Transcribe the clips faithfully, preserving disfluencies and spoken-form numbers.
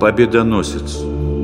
Победоносец.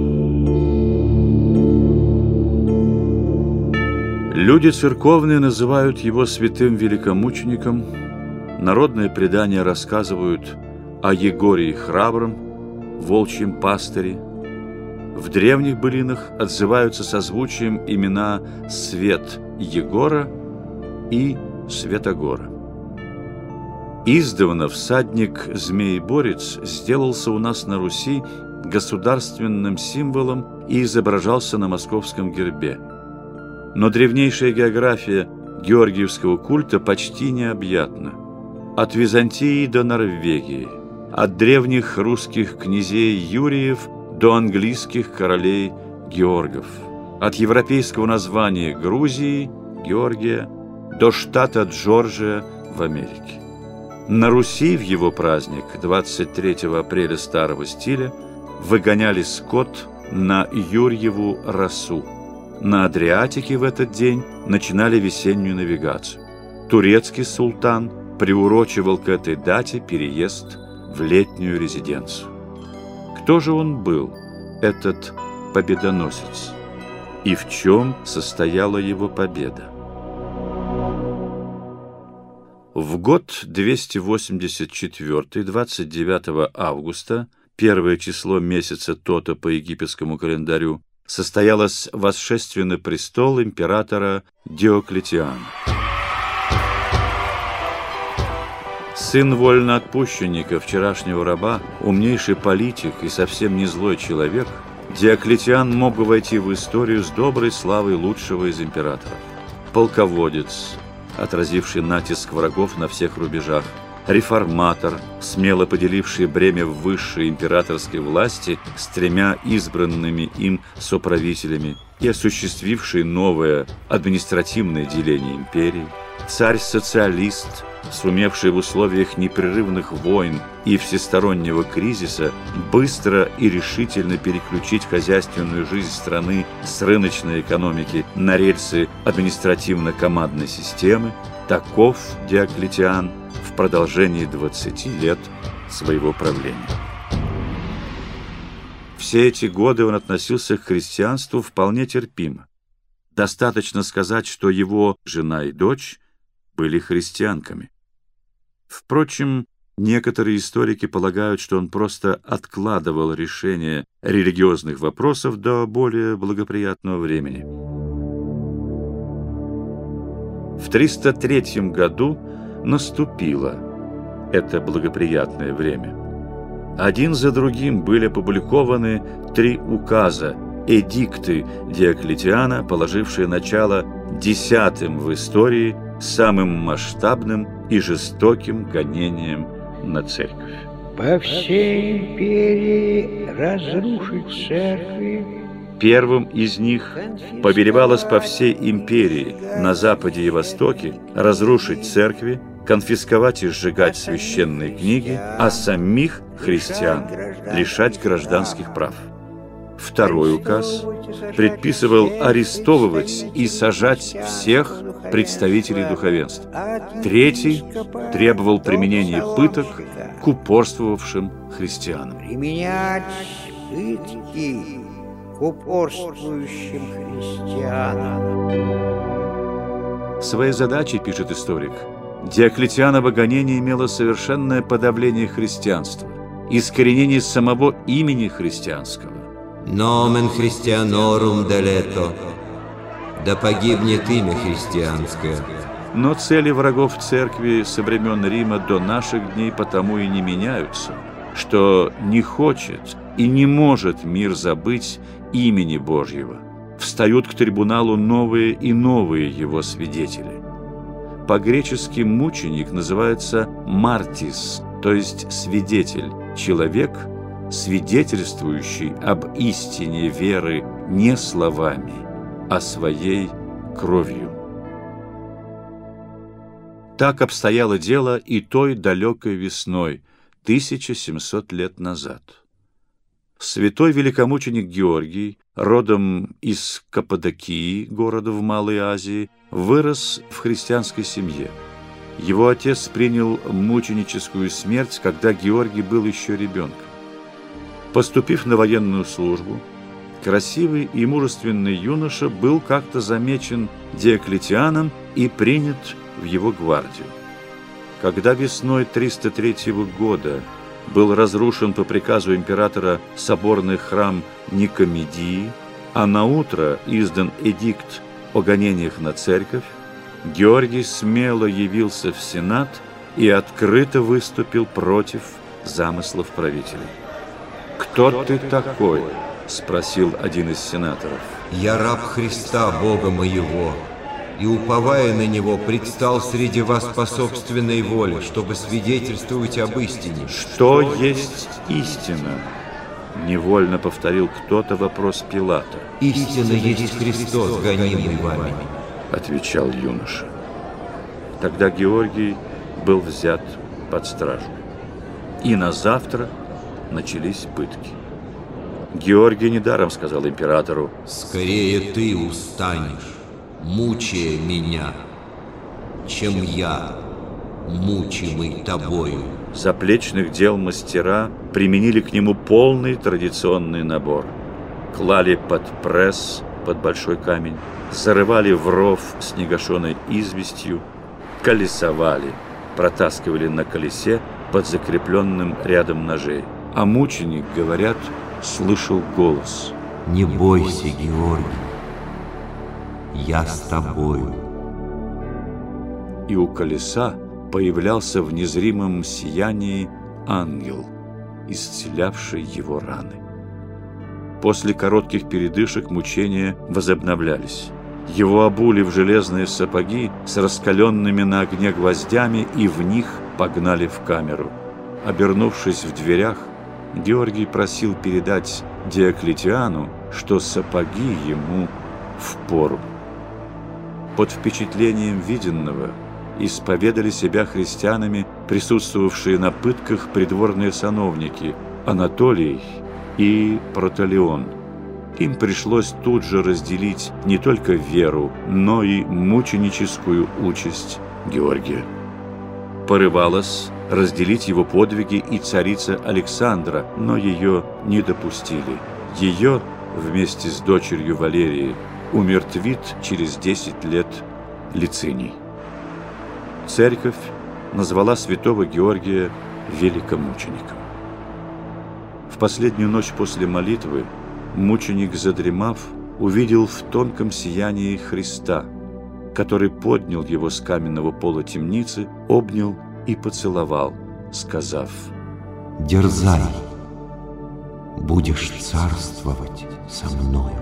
Люди церковные называют его святым великомучеником. Народные предания рассказывают о Егории Храбром, волчьем пастыре. В древних былинах отзываются созвучием имена Свет Егора и Святогора. Издавна всадник Змееборец сделался у нас на Руси государственным символом и изображался на московском гербе. Но древнейшая география георгиевского культа почти необъятна. От Византии до Норвегии, от древних русских князей Юриев до английских королей Георгов, от европейского названия Грузии, Георгия, до штата Джорджия в Америке. На Руси в его праздник, двадцать третьего апреля старого стиля, выгоняли скот на Юрьеву росу. На Адриатике в этот день начинали весеннюю навигацию. Турецкий султан приурочивал к этой дате переезд в летнюю резиденцию. Кто же он был, этот победоносец? И в чем состояла его победа? В год двести восемьдесят четвёртый, двадцать девятого августа, первое число месяца Тота по египетскому календарю, состоялось восшествие на престол императора Диоклетиана. Сын вольноотпущенника, вчерашнего раба, умнейший политик и совсем не злой человек, Диоклетиан мог бы войти в историю с доброй славой лучшего из императоров. Полководец, отразивший натиск врагов на всех рубежах, реформатор, смело поделивший бремя высшей императорской власти с тремя избранными им соправителями и осуществивший новое административное деление империи, царь-социалист, сумевший в условиях непрерывных войн и всестороннего кризиса быстро и решительно переключить хозяйственную жизнь страны с рыночной экономики на рельсы административно-командной системы, таков Диоклетиан в продолжении двадцати лет своего правления. Все эти годы он относился к христианству вполне терпимо. Достаточно сказать, что его жена и дочь были христианками. Впрочем, некоторые историки полагают, что он просто откладывал решение религиозных вопросов до более благоприятного времени. В триста третьем году наступило это благоприятное время. Один за другим были опубликованы три указа, эдикты Диоклетиана, положившие начало десятым в истории самым масштабным и жестоким гонением на церковь. По всей империи разрушить церкви. Первым из них повелевалось по всей империи на западе и востоке разрушить церкви, конфисковать и сжигать священные книги, а самих христиан лишать гражданских прав. Второй указ предписывал арестовывать и сажать всех представителей духовенства. Третий требовал применения пыток к упорствовавшим христианам. Применять пытки к упорствующим христианам. Своей задачей, пишет историк, Диоклетианово гонение имело совершенное подавление христианства, искоренение самого имени христианского. Nomen Christianorum delето, да погибнет имя христианское. Но цели врагов церкви со времен Рима до наших дней потому и не меняются, что не хочет и не может мир забыть имени Божьего. Встают к трибуналу новые и новые его свидетели. По-гречески мученик называется мартис, то есть свидетель, человек, свидетельствующий об истине веры не словами, а своей кровью. Так обстояло дело и той далекой весной, тысяча семьсот лет назад. Святой великомученик Георгий, родом из Каппадокии, города в Малой Азии, вырос в христианской семье. Его отец принял мученическую смерть, когда Георгий был еще ребенком. Поступив на военную службу, красивый и мужественный юноша был как-то замечен Диоклетианом и принят в его гвардию. Когда весной триста третьего года был разрушен по приказу императора соборный храм Никомедии, а наутро издан эдикт о гонениях на церковь, Георгий смело явился в Сенат и открыто выступил против замыслов правителей. «Кто ты такой?» – спросил один из сенаторов. «Я раб Христа, Бога моего, и, уповая на Него, предстал среди вас по собственной воле, чтобы свидетельствовать об истине». «Что есть истина?» – невольно повторил кто-то вопрос Пилата. «Истина есть Христос, гонимый вами», – отвечал юноша. Тогда Георгий был взят под стражу. И на завтра начались пытки. Георгий недаром сказал императору: «Скорее ты устанешь, мучая меня, чем я, мучимый тобою». Заплечных дел мастера применили к нему полный традиционный набор. Клали под пресс, под большой камень, зарывали в ров с негашенной известью, колесовали, протаскивали на колесе под закрепленным рядом ножей. А мученик, говорят, слышал голос: «Не бойся, Георгий, я с тобою». И у колеса появлялся в незримом сиянии ангел, исцелявший его раны. После коротких передышек мучения возобновлялись. Его обули в железные сапоги с раскаленными на огне гвоздями и в них погнали в камеру. Обернувшись в дверях, Георгий просил передать Диоклетиану, что сапоги ему впору. Под впечатлением виденного исповедали себя христианами присутствовавшие на пытках придворные сановники Анатолий и Проталион. Им пришлось тут же разделить не только веру, но и мученическую участь Георгия. Порывалась разделить его подвиги и царица Александра, но ее не допустили. Ее вместе с дочерью Валерией умертвит через десять лет Лициний. Церковь назвала святого Георгия великомучеником. В последнюю ночь после молитвы мученик, задремав, увидел в тонком сиянии Христа, который поднял его с каменного пола темницы, обнял и поцеловал, сказав: «Дерзай, будешь царствовать со мною».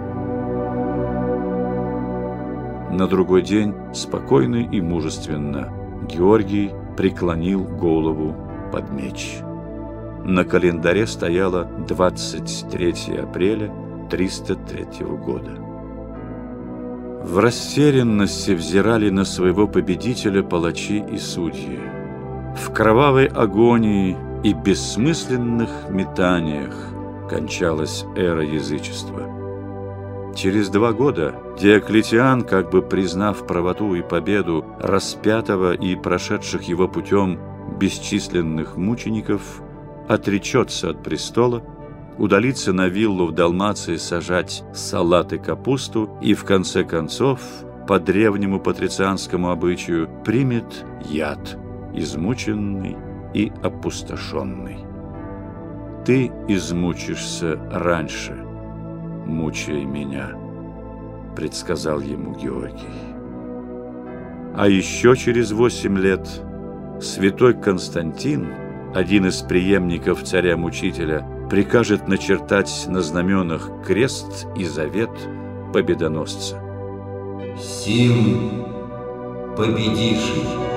На другой день, спокойно и мужественно, Георгий преклонил голову под меч. На календаре стояло двадцать третье апреля триста третьего года. В растерянности взирали на своего победителя палачи и судьи. В кровавой агонии и бессмысленных метаниях кончалась эра язычества. Через два года Диоклетиан, как бы признав правоту и победу распятого и прошедших его путем бесчисленных мучеников, отречется от престола, удалится на виллу в Далмации сажать салат и капусту и, в конце концов, по древнему патрицианскому обычаю, примет яд, измученный и опустошенный. Ты измучишься раньше, мучай меня, предсказал ему Георгий. А еще через восемь лет святой Константин, один из преемников царя-мучителя, прикажет начертать на знаменах крест и завет победоносца. Сим победивший